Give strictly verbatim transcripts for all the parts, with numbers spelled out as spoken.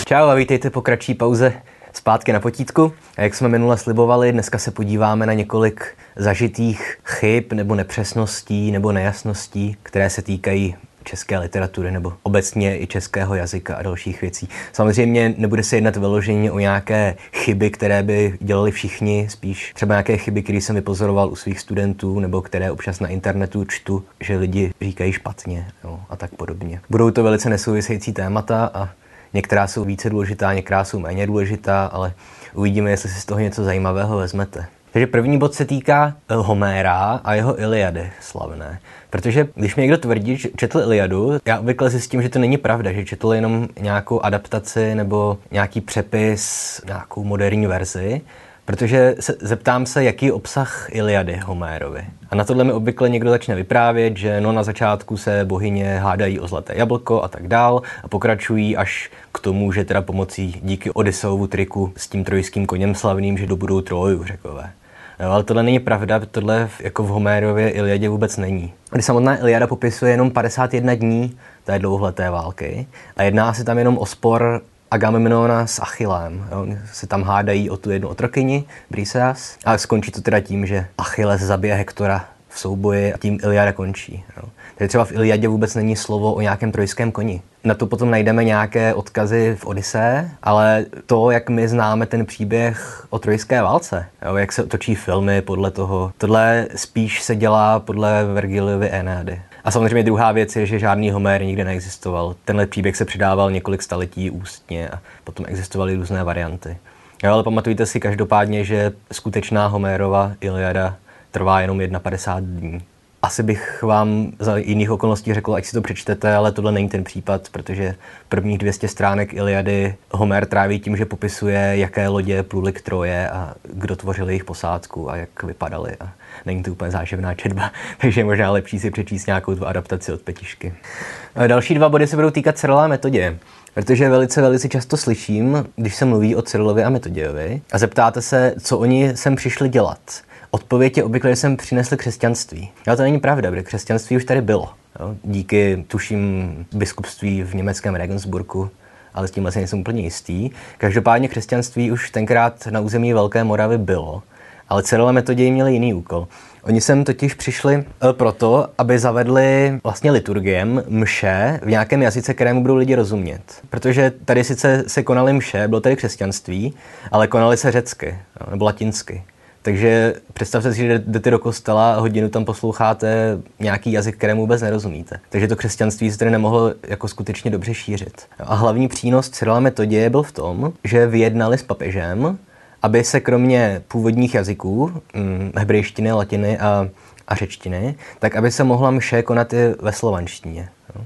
Čau a vítejte po kratší pauze zpátky na potítku. A jak jsme minule slibovali, dneska se podíváme na několik zažitých chyb nebo nepřesností nebo nejasností, které se týkají české literatury nebo obecně i českého jazyka a dalších věcí. Samozřejmě nebude se jednat vyloženě o nějaké chyby, které by dělali všichni, spíš třeba nějaké chyby, které jsem vypozoroval u svých studentů nebo které občas na internetu čtu, že lidi říkají špatně, jo, a tak podobně. Budou to velice nesouvisející témata a některá jsou více důležitá, některá jsou méně důležitá, ale uvidíme, jestli si z toho něco zajímavého vezmete. Takže první bod se týká Homéra a jeho Iliady slavné. Protože když mi někdo tvrdí, že četl Iliadu, já obvykle zjistím, že to není pravda, že četl jenom nějakou adaptaci nebo nějaký přepis, nějakou moderní verzi, protože se, zeptám se, jaký je obsah Iliady Homérovi. A na tohle mi obvykle někdo začne vyprávět, že no na začátku se bohyně hádají o zlaté jablko a tak dál a pokračují až k tomu, že teda pomocí díky Odysseovu triku s tím trojským koněm slavným, že dobudou Tróju, Řekové. No, ale tohle není pravda, tohle jako v Homérově Iliadě vůbec není. Kdy samotná Iliada popisuje jenom padesát jedna dní té dlouholeté války a jedná se tam jenom o spor Agamemnona s Achillem. Jo. Se tam hádají o tu jednu otrokyni, Briseas, a skončí to teda tím, že Achilles zabije Hektora v souboji a tím Iliada končí. Jo. Takže třeba v Iliadě vůbec není slovo o nějakém trojském koni. Na to potom najdeme nějaké odkazy v Odyssee, ale to, jak my známe ten příběh o trojské válce, jo, jak se točí filmy podle toho, tohle spíš se dělá podle Vergiliovy Eneady. A samozřejmě druhá věc je, že žádný Homér nikdy neexistoval. Tenhle příběh se předával několik staletí ústně a potom existovaly různé varianty. Jo, ale pamatujte si každopádně, že skutečná Homérova Iliada trvá jenom padesát jedna dní. Asi bych vám za jiných okolností řekl, ať si to přečtete, ale tohle není ten případ, protože prvních dvě stě stránek Iliady Homér tráví tím, že popisuje, jaké lodě pluly k Troje a kdo tvořil jejich posádku a jak vypadaly. A není to úplně záživná četba, takže je možná lepší si přečíst nějakou tu adaptaci od Petišky. A další dva body se budou týkat Cyrila a Metodie, protože velice, velice často slyším, když se mluví o Cyrilovi a Metodiovi a zeptáte se, co oni sem přišli dělat. Odpověď je obvykle, že jsem přinesl křesťanství. Ale to není pravda, protože křesťanství už tady bylo. Jo? Díky, tuším, biskupství v německém Regensburgu, ale s tím vlastně nejsem úplně jistý. Každopádně křesťanství už tenkrát na území Velké Moravy bylo, ale Cyril a Metodij měli jiný úkol. Oni sem totiž přišli proto, aby zavedli vlastně liturgiem mše v nějakém jazyce, kterému budou lidi rozumět. Protože tady sice se konaly mše, bylo tady křesťanství, ale konaly se řecky, nebo latinsky. Takže představte si, že jdete do kostela a hodinu tam posloucháte nějaký jazyk, kterému vůbec nerozumíte. Takže to křesťanství se tedy nemohlo jako skutečně dobře šířit. A hlavní přínos Cyrila a Metodie byl v tom, že vyjednali s papežem, aby se kromě původních jazyků, hm, hebrejštiny, latiny a, a řečtiny, tak aby se mohla mše konat i ve slovanštině.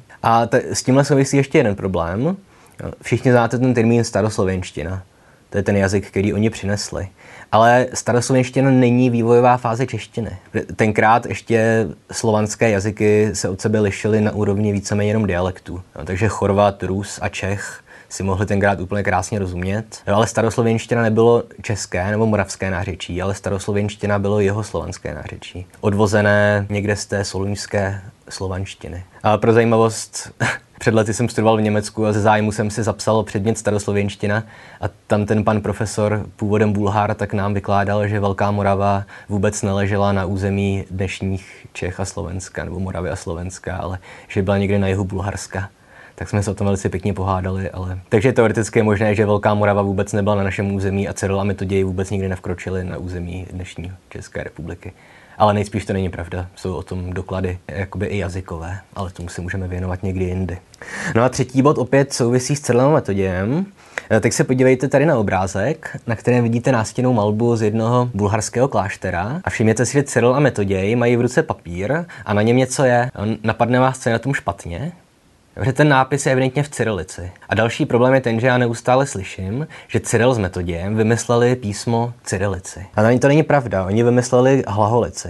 A t- s tímhle souvisí ještě jeden problém. Všichni znáte ten termín staroslovenština. To je ten jazyk, který oni přinesli. Ale staroslovenština není vývojová fáze češtiny. Tenkrát ještě slovanské jazyky se od sebe lišily na úrovni víceméně jenom dialektů. No, takže Chorvat, Rus a Čech si mohli tenkrát úplně krásně rozumět. No, ale staroslovenština nebylo české nebo moravské nářečí, ale staroslovenština bylo jeho slovanské nářečí. Odvozené někde z té soluňské slovanštiny. A pro zajímavost, před lety jsem studoval v Německu a ze zájmu jsem si zapsal předmět staroslovenština a tam ten pan profesor, původem Bulhár, tak nám vykládal, že Velká Morava vůbec neležela na území dnešních Čech a Slovenska, nebo Moravy a Slovenska, ale že byla někde na jihu Bulharska. Tak jsme se o tom velice pěkně pohádali, ale... Takže teoreticky je možné, že Velká Morava vůbec nebyla na našem území a Cyril a Metodij vůbec nikdy nevkročili na území dnešní České republiky. Ale nejspíš to není pravda, jsou o tom doklady jakoby i jazykové, ale tomu se můžeme věnovat někdy jindy. No a třetí bod opět souvisí s Cyrilem a Metodiem. Teď se podívejte tady na obrázek, na kterém vidíte nástěnnou malbu z jednoho bulharského kláštera a všimněte si, že Cyril a Metodij mají v ruce papír a na něm něco je. Napadne vás, co je na tom špatně? Protože ten nápis je evidentně v cyrilici. A další problém je ten, že já neustále slyším, že Cyril s Metodiem vymysleli písmo cyrilici. A ani to není pravda, oni vymysleli hlaholici.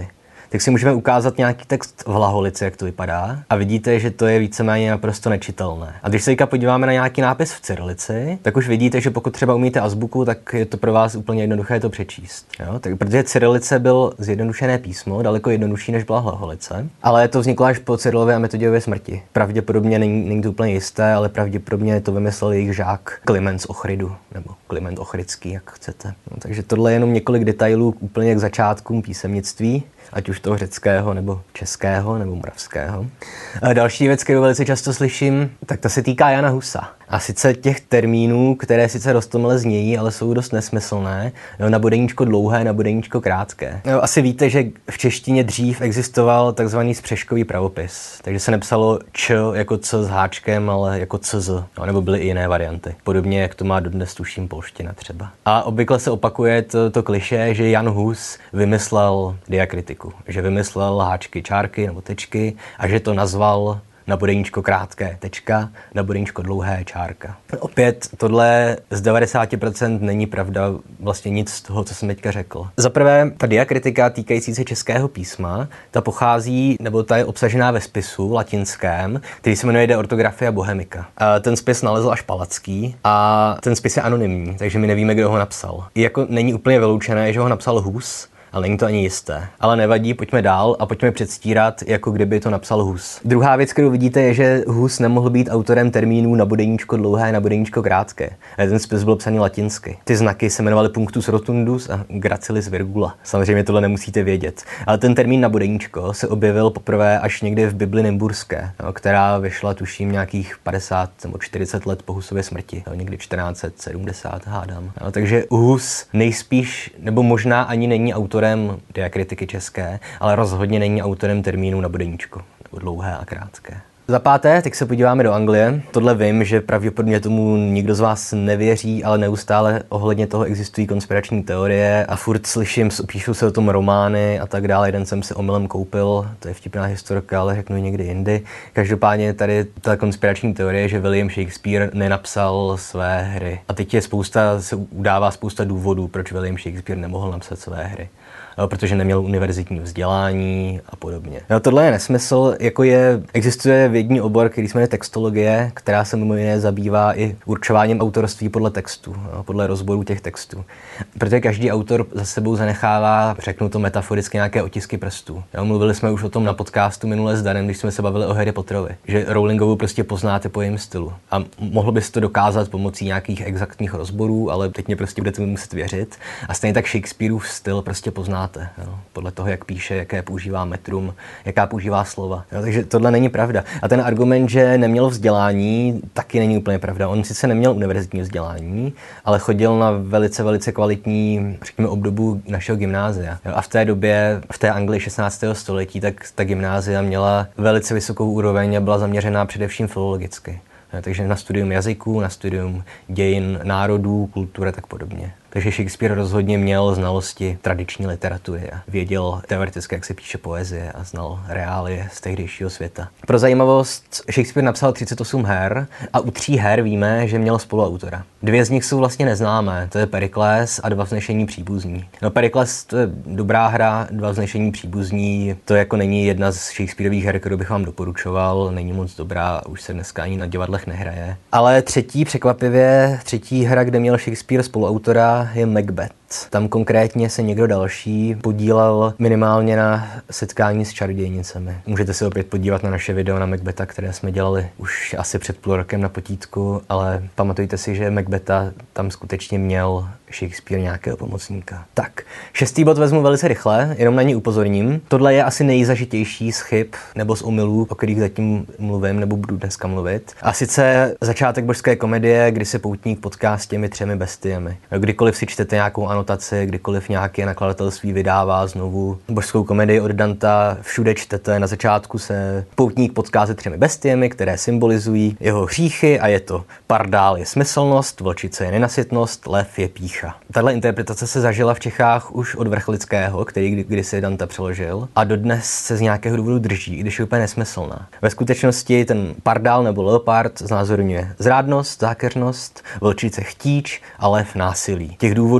tak si můžeme ukázat nějaký text v hlaholici, jak to vypadá, a vidíte, že to je víceméně naprosto nečitelné. A když se teďka podíváme na nějaký nápis v cyrilici, tak už vidíte, že pokud třeba umíte azbuku, tak je to pro vás úplně jednoduché to přečíst. Jo? Tak, protože cyrilice byl zjednodušené písmo, daleko jednodušší, než byla hlaholice, ale to vzniklo až po Cyrilově a Metodějově smrti. Pravděpodobně není, není to úplně jisté, ale pravděpodobně to vymyslel jejich žák Kliment z Ochridu, nebo Kliment Ochridský, jak chcete. No, takže tohle je jenom několik detailů úplně k začátkům písemnictví, ať už toho řeckého, nebo českého, nebo moravského. A další věc, kterou velice často slyším, tak ta se týká Jana Husa. A sice těch termínů, které sice roztomile znějí, ale jsou dost nesmyslné, jo, na bodeníčko dlouhé, na bodeníčko krátké. Jo, asi víte, že v češtině dřív existoval takzvaný spřeškový pravopis, takže se nepsalo č jako c s háčkem, ale jako cz, no, nebo byly i jiné varianty. Podobně, jak to má dodnes tuším polština třeba. A obvykle se opakuje to, to klišé, že Jan Hus vymyslel diakritiku, že vymyslel háčky, čárky nebo tečky a že to nazval na bodeníčko krátké tečka, na bodeníčko dlouhé čárka. Opět tohle z devadesát procent není pravda, vlastně nic z toho, co jsem teďka řekl. Za prvé, ta diakritika týkající se českého písma, ta pochází, nebo ta je obsažená ve spisu latinském, který se jmenuje De Orthographia Bohemica. A ten spis nalezl až Palacký a ten spis je anonymní, takže my nevíme, kdo ho napsal. I jako není úplně vyloučené, že ho napsal Hus, ale není to ani jisté. Ale nevadí, pojďme dál a pojďme předstírat, jako kdyby to napsal Hus. Druhá věc, kterou vidíte, je, že Hus nemohl být autorem termínů na bodeníčko dlouhé, na bodeníčko krátké. A ten spis byl psaný latinsky. Ty znaky se jmenovaly punctus rotundus a gracilis virgula. Samozřejmě tohle nemusíte vědět. Ale ten termín na bodeníčko se objevil poprvé až někdy v Bibli Nymburské, no, která vyšla tuším nějakých padesát nebo čtyřicet let po Husově smrti. No, někdy čtrnáct set sedmdesát hádám. No, takže Hus nejspíš, nebo možná ani není autorem diakritiky české, ale rozhodně není autorem termínů na bodeníčko, nebo dlouhé a krátké. Za páté, teď se podíváme do Anglie. Tohle vím, že pravděpodobně tomu nikdo z vás nevěří, ale neustále ohledně toho existují konspirační teorie a furt slyším, píšou se o tom romány a tak dále. Jeden jsem si omylem koupil, to je vtipná historka, ale řeknu ji někdy jindy. Každopádně tady ta konspirační teorie, že William Shakespeare nenapsal své hry. A teď je spousta, se udává spousta důvodů, proč William Shakespeare nemohl napsat své hry. Jo, protože neměl univerzitní vzdělání a podobně. Jo, tohle je nesmysl, jako je, existuje vědní obor, který se jmenuje textologie, která se mimo jiné zabývá i určováním autorství podle textu, jo, podle rozboru těch textů. Protože každý autor za sebou zanechává, řeknu to metaforicky, nějaké otisky prstů. Jo, mluvili jsme už o tom na podcastu minule s Danem, když jsme se bavili o Harry Potterovi, že Rowlingovu prostě poznáte po jejím stylu. A mohl bys to dokázat pomocí nějakých exaktních rozborů, ale teď mě prostě budete muset věřit. A stejně tak Shakespeareův styl prostě poznáte. Jo, podle toho, jak píše, jaké používá metrum, jaká používá slova. Jo, takže tohle není pravda. A ten argument, že neměl vzdělání, taky není úplně pravda. On sice neměl univerzitní vzdělání, ale chodil na velice, velice kvalitní, řekněme, obdobu našeho gymnázia. Jo, a v té době, v té Anglii šestnáctého století, tak ta gymnázia měla velice vysokou úroveň a byla zaměřená především filologicky. Jo, takže na studium jazyků, na studium dějin národů, kultury a tak podobně. Takže Shakespeare rozhodně měl znalosti tradiční literatury a věděl teoreticky, jak se píše poezie a znal reálie z tehdejšího světa. Pro zajímavost, Shakespeare napsal třicet osm her a u tří her víme, že měl spoluautora. Dvě z nich jsou vlastně neznámé, to je Perikles a Dva vznešení příbuzní. No, Perikles to je dobrá hra, Dva vznešení příbuzní, to jako není jedna z Shakespeareových her, kterou bych vám doporučoval, není moc dobrá, už se dneska ani na divadlech nehraje. Ale třetí, překvapivě, třetí hra, kde měl Shakespeare spoluautora, je Macbeth. Tam konkrétně se někdo další podílel minimálně na setkání s čarodějnicemi. Můžete se opět podívat na naše video na Macbetha, které jsme dělali už asi před půl rokem na potítku, ale pamatujte si, že Macbetha tam skutečně měl Shakespeare nějakého pomocníka. Tak, šestý bod vezmu velice rychle, jenom na ní upozorním. Tohle je asi nejzažitější z chyb nebo z omylů, o kterých zatím mluvím nebo budu dneska mluvit. A sice začátek božské komedie, kdy se poutník potká s těmi třemi bestiemi. Kdykoliv si čtete nějakou anotaci, kdykoliv nějaké nakladatelství vydává znovu božskou komedii od Danta, všude čtete, na začátku se poutník potká se třemi bestiemi, které symbolizují jeho hříchy a je to pardál je smyslnost, vlčice je nenasytnost, lev je pýcha. Tahle interpretace se zažila v Čechách už od Vrchlického, který kdysi Danta přeložil a dodnes se z nějakého důvodu drží, i když je úplně nesmyslná. Ve skutečnosti ten pardál nebo leopard znázorňuje zrádnost, zákeřnost, vlčice chtíč a lev násilí. Těch důvodů proto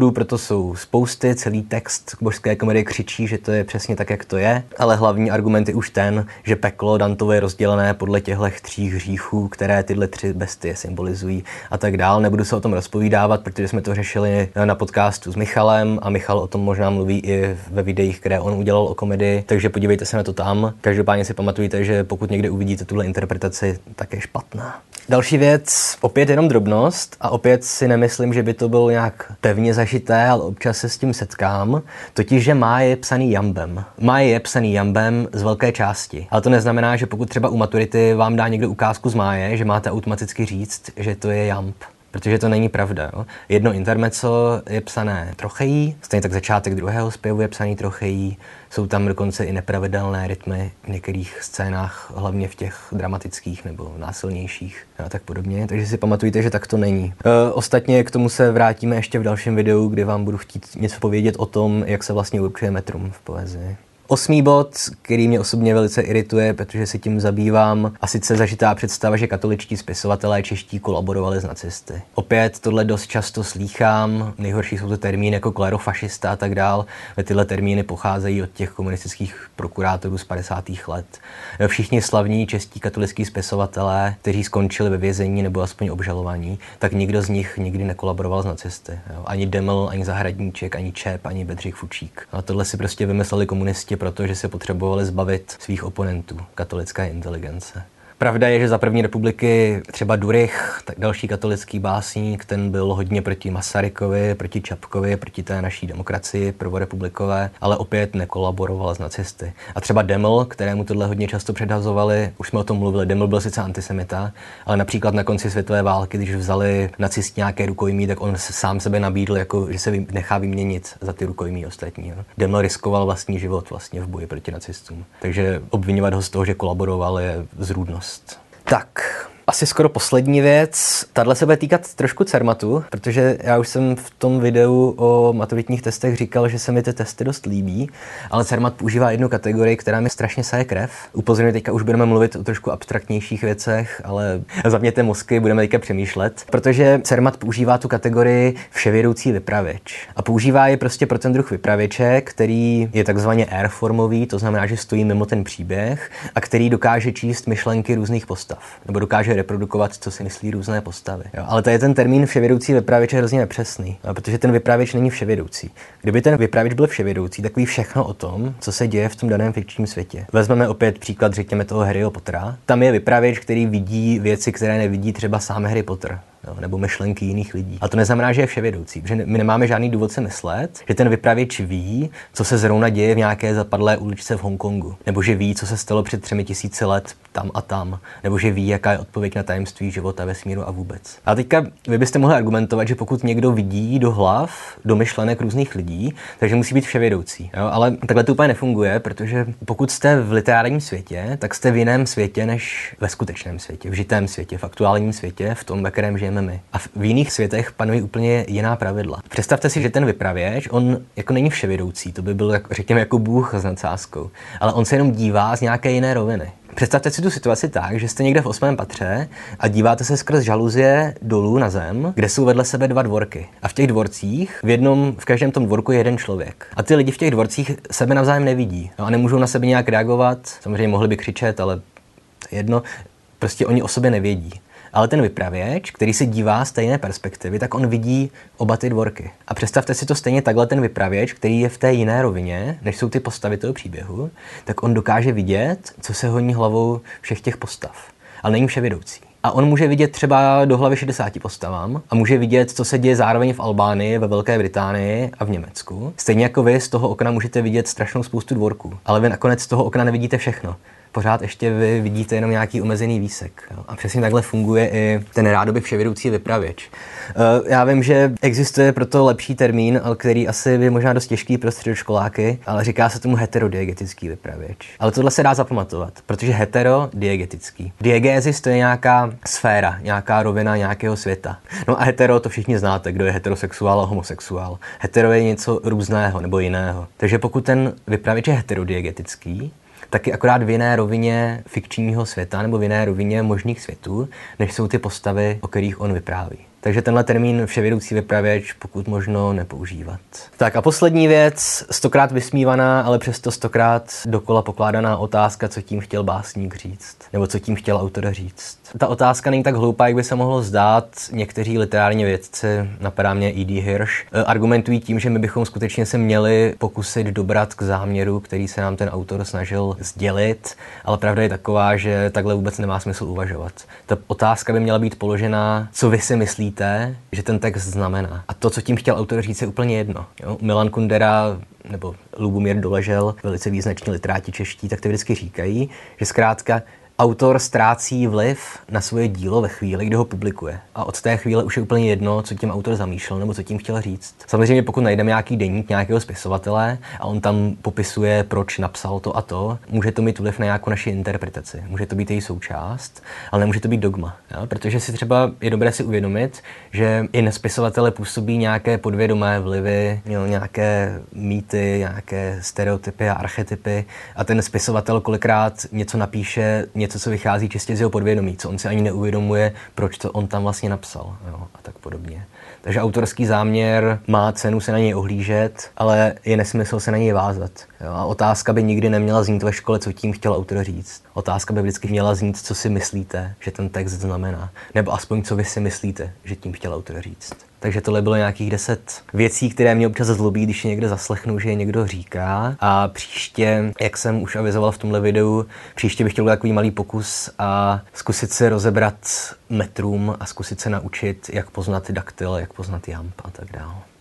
jsou spousty, celý text božské komedie křičí, že to je přesně tak, jak to je, ale hlavní argument je už ten, že peklo Dantovo je rozdělené podle těchto tří hříchů, které tyhle tři bestie symbolizují a tak dál. Nebudu se o tom rozpovídávat, protože jsme to řešili na podcastu s Michalem a Michal o tom možná mluví i ve videích, které on udělal o komedii, takže podívejte se na to tam. Každopádně si pamatujte, že pokud někde uvidíte tuhle interpretaci, tak je špatná. Další věc, opět jenom drobnost a opět si nemyslím, že by to bylo nějak pevně zažité, ale občas se s tím setkám, totiž, že Máje je psaný jambem. Máje je psaný jambem z velké části, ale to neznamená, že pokud třeba u maturity vám dá někdo ukázku z Máje, že máte automaticky říct, že to je jamb. Protože to není pravda. Jo? Jedno intermezzo je psané trochejí, stejně tak začátek druhého zpěvu je psaný trochejí, jsou tam dokonce i nepravidelné rytmy v některých scénách, hlavně v těch dramatických nebo násilnějších a tak podobně. Takže si pamatujte, že tak to není. E, ostatně k tomu se vrátíme ještě v dalším videu, kdy vám budu chtít něco povědět o tom, jak se vlastně určuje metrum v poezii. Osmý bod, který mě osobně velice irituje, protože se tím zabývám, a sice zažitá představa, že katoličtí spisovatelé čeští kolaborovali s nacisty. Opět tohle dost často slýchám, nejhorší jsou to termíny jako klerofašista a tak dál. Tyhle termíny pocházejí od těch komunistických prokurátorů z padesátých let. Všichni slavní čeští katoličtí spisovatelé, kteří skončili ve vězení nebo aspoň obžalovaní, tak nikdo z nich nikdy nekolaboroval s nacisty. Ani Deml, ani Zahradníček, ani Čep, ani Bedřich Fučík. A tohle si prostě vymysleli komunisti, protože se potřebovali zbavit svých oponentů, katolické inteligence. Pravda je, že za první republiky třeba Durych, tak další katolický básník, ten byl hodně proti Masarykovi, proti Čapkovi, proti té naší demokracii prvorepublikové, ale opět nekolaboroval s nacisty. A třeba Deml, kterému tohle hodně často předhazovali, už jsme o tom mluvili, Deml byl sice antisemita, ale například na konci světové války, když vzali nacisti nějaké rukojmí, tak on sám sebe nabídl, jako, že se nechá vyměnit za ty rukojmí ostatní. Jo. Deml riskoval vlastní život vlastně v boji proti nacistům. Takže obvinovat ho z toho, že kolaboroval, je zrůdnost. Tak, asi skoro poslední věc. Tahle se bude týkat trošku Cermatu, protože já už jsem v tom videu o maturitních testech říkal, že se mi ty testy dost líbí, ale Cermat používá jednu kategorii, která mi strašně saje krev. Upozorňuji, teďka už budeme mluvit o trošku abstraktnějších věcech, ale zapněte mozky, budeme teďka přemýšlet, protože Cermat používá tu kategorii vševědoucí vypravěč. A používá ji prostě pro ten druh vypravěče, který je takzvaně airformový, to znamená, že stojí mimo ten příběh a který dokáže číst myšlenky různých postav, nebo dokáže reprodukovat, co si myslí různé postavy. Jo, ale to je ten termín vševědoucí vypravěč je hrozně nepřesný, jo, protože ten vypravěč není vševědoucí. Kdyby ten vypravěč byl vševědoucí, tak ví všechno o tom, co se děje v tom daném fikčním světě. Vezmeme opět příklad, řekněme, toho Harryho Pottera. Tam je vypravěč, který vidí věci, které nevidí třeba sám Harry Potter. Jo, nebo myšlenky jiných lidí. A to neznamená, že je vševědoucí, protože my nemáme žádný důvod se myslet, že ten vypravěč ví, co se zrovna děje v nějaké zapadlé uličce v Hongkongu, nebo že ví, co se stalo před třemi tisíci let tam a tam, nebo že ví, jaká je odpověď na tajemství života, vesmíru a vůbec. A teďka vy byste mohli argumentovat, že pokud někdo vidí do hlav, do myšlenek různých lidí, takže musí být vševědoucí. Jo, ale takhle to úplně nefunguje, protože pokud jste v literárním světě, tak jste v jiném světě než ve skutečném světě, v žitém světě, v aktuálním světě, v tom, ve kterém žijeme my. A v jiných světech panují úplně jiná pravidla. Představte si, že ten vypravěč, on jako není vševědoucí, to by byl, jako, řekněme, jako bůh s nadsázkou, ale on se jenom dívá z nějaké jiné roviny. Představte si tu situaci tak, že jste někde v osmém patře a díváte se skrz žaluzie dolů na zem, kde jsou vedle sebe dva dvorky. A v těch dvorcích, v jednom, v každém tom dvorku je jeden člověk. A ty lidi v těch dvorcích sebe navzájem nevidí. No a nemůžou na sebe nějak reagovat, samozřejmě mohli by křičet, ale jedno, prostě oni o sobě nevědí. Ale ten vypravěč, který se dívá z stejné perspektivy, tak on vidí oba ty dvorky. A představte si to stejně takhle ten vypravěč, který je v té jiné rovině, než jsou ty postavy toho příběhu, tak on dokáže vidět, co se honí hlavou všech těch postav. Ale není vševědoucí. A on může vidět třeba do hlavy šedesáti postavám a může vidět, co se děje zároveň v Albánii, ve Velké Británii a v Německu. Stejně jako vy z toho okna můžete vidět strašnou spoustu dvorků, ale vy nakonec z toho okna nevidíte všechno. Pořád ještě vy vidíte jenom nějaký omezený výsek. Jo? A přesně takhle funguje i ten rádoby vševědoucí vypravěč. Uh, já vím, že existuje proto lepší termín, který asi je možná dost těžký pro středoškoláky, ale říká se tomu heterodiegetický vypravěč. Ale tohle se dá zapamatovat, protože heterodiegetický. Diegézis to je nějaká sféra, nějaká rovina nějakého světa. No a hetero to všichni znáte, kdo je heterosexuál a homosexuál. Hetero je něco různého nebo jiného. Takže pokud ten vypravěč je heterodiegetický, taky akorát v jiné rovině fikčního světa nebo v jiné rovině možných světů, než jsou ty postavy, o kterých on vypráví. Takže tenhle termín vševědoucí vypravěč pokud možno nepoužívat. Tak a poslední věc, stokrát vysmívaná, ale přesto stokrát dokola pokládaná otázka, co tím chtěl básník říct, nebo co tím chtěl autor říct. Ta otázka není tak hloupá, jak by se mohlo zdát. Někteří literární vědci, napadá mě E D Hirsch, argumentují tím, že my bychom skutečně se měli pokusit dobrat k záměru, který se nám ten autor snažil sdělit, ale pravda je taková, že takhle vůbec nemá smysl uvažovat. Ta otázka by měla být položená, co vy si myslíte, že ten text znamená. A to, co tím chtěl autor říct, je úplně jedno. Jo? Milan Kundera nebo Lubomír Doležel, velice význační literáti čeští, tak ty vždycky říkají, že zkrátka autor ztrácí vliv na svoje dílo ve chvíli, kdy ho publikuje. A od té chvíle už je úplně jedno, co tím autor zamýšlel nebo co tím chtěl říct. Samozřejmě pokud najdeme nějaký deník nějakého spisovatele a on tam popisuje, proč napsal to a to, může to mít vliv na nějakou naši interpretaci. Může to být její součást, ale nemůže to být dogma. Jo? Protože si třeba je dobré si uvědomit, že i na spisovatele působí nějaké podvědomé vlivy, jo, nějaké mýty, nějaké stereotypy a archetypy a ten spisovatel kolikrát něco napíše, něco, co vychází čistě z jeho podvědomí, co on si ani neuvědomuje, proč to on tam vlastně napsal, jo, a tak podobně. Takže autorský záměr má cenu se na něj ohlížet, ale je nesmysl se na něj vázat. Jo. A otázka by nikdy neměla znít ve škole, co tím chtěl autor říct. Otázka by vždycky měla znít, co si myslíte, že ten text znamená. Nebo aspoň, co vy si myslíte, že tím chtěl autor říct. Takže tohle bylo nějakých deset věcí, které mě občas zlobí, když je někde zaslechnu, že je někdo říká. A příště, jak jsem už avizoval v tomhle videu, příště bych chtěl takový malý pokus a zkusit se rozebrat metrum a zkusit se naučit, jak poznat daktyl, jak poznat jamb a tak dále.